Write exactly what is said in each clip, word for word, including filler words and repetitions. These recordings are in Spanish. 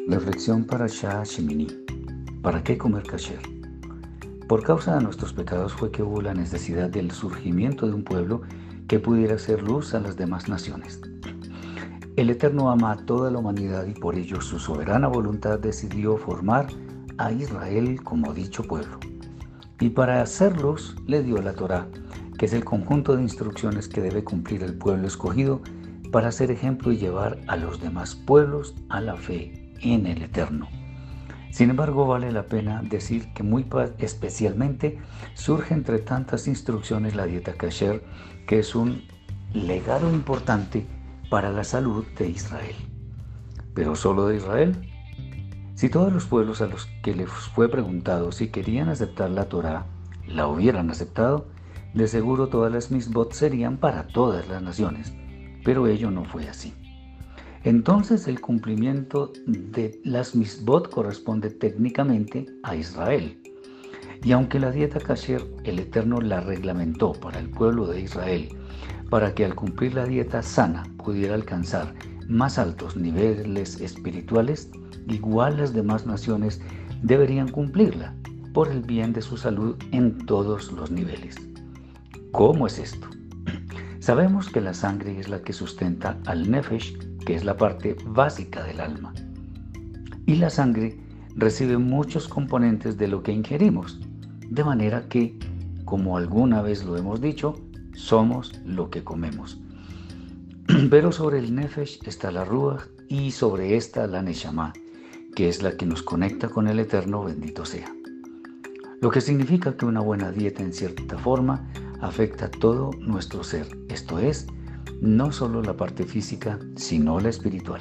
Reflexión para Shah Shemini. ¿Para qué comer kasher? Por causa de nuestros pecados fue que hubo la necesidad del surgimiento de un pueblo que pudiera ser luz a las demás naciones. El Eterno ama a toda la humanidad y por ello su soberana voluntad decidió formar a Israel como dicho pueblo. Y para hacerlos le dio la Torá, que es el conjunto de instrucciones que debe cumplir el pueblo escogido para ser ejemplo y llevar a los demás pueblos a la fe en el Eterno. Sin embargo, vale la pena decir que muy especialmente surge entre tantas instrucciones la dieta kasher, que es un legado importante para la salud de Israel. ¿Pero solo de Israel? Si todos los pueblos a los que les fue preguntado si querían aceptar la Torá la hubieran aceptado, de seguro todas las misbot serían para todas las naciones, pero ello no fue así. Entonces el cumplimiento de las misbot corresponde técnicamente a Israel. Y aunque la dieta kasher el Eterno la reglamentó para el pueblo de Israel, para que al cumplir la dieta sana pudiera alcanzar más altos niveles espirituales, igual las demás naciones deberían cumplirla por el bien de su salud en todos los niveles. ¿Cómo es esto? Sabemos que la sangre es la que sustenta al nefesh, que es la parte básica del alma. Y la sangre recibe muchos componentes de lo que ingerimos, de manera que, como alguna vez lo hemos dicho, somos lo que comemos. Pero sobre el nefesh está la ruach y sobre esta la neshama, que es la que nos conecta con el Eterno, bendito sea. Lo que significa que una buena dieta en cierta forma afecta todo nuestro ser, esto es, no solo la parte física, sino la espiritual.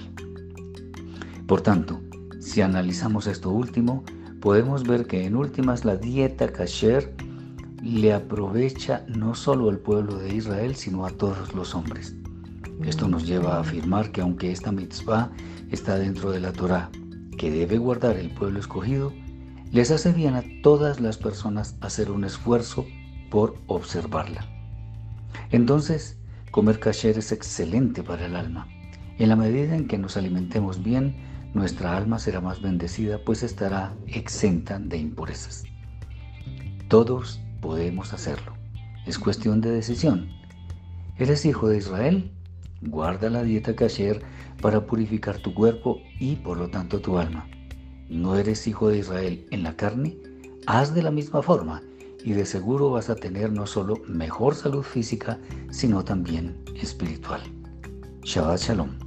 Por tanto, si analizamos esto último, podemos ver que en últimas la dieta kasher le aprovecha no solo al pueblo de Israel, sino a todos los hombres. Esto nos lleva a afirmar que aunque esta mitzvah está dentro de la Torá, que debe guardar el pueblo escogido, les hace bien a todas las personas hacer un esfuerzo por observarla. Entonces, comer kasher es excelente para el alma. En la medida en que nos alimentemos bien, nuestra alma será más bendecida, pues estará exenta de impurezas. Todos podemos hacerlo. Es cuestión de decisión. ¿Eres hijo de Israel? Guarda la dieta kasher para purificar tu cuerpo y por lo tanto tu alma. ¿No eres hijo de Israel en la carne? Haz de la misma forma y de seguro vas a tener no solo mejor salud física, sino también espiritual. Shabbat Shalom.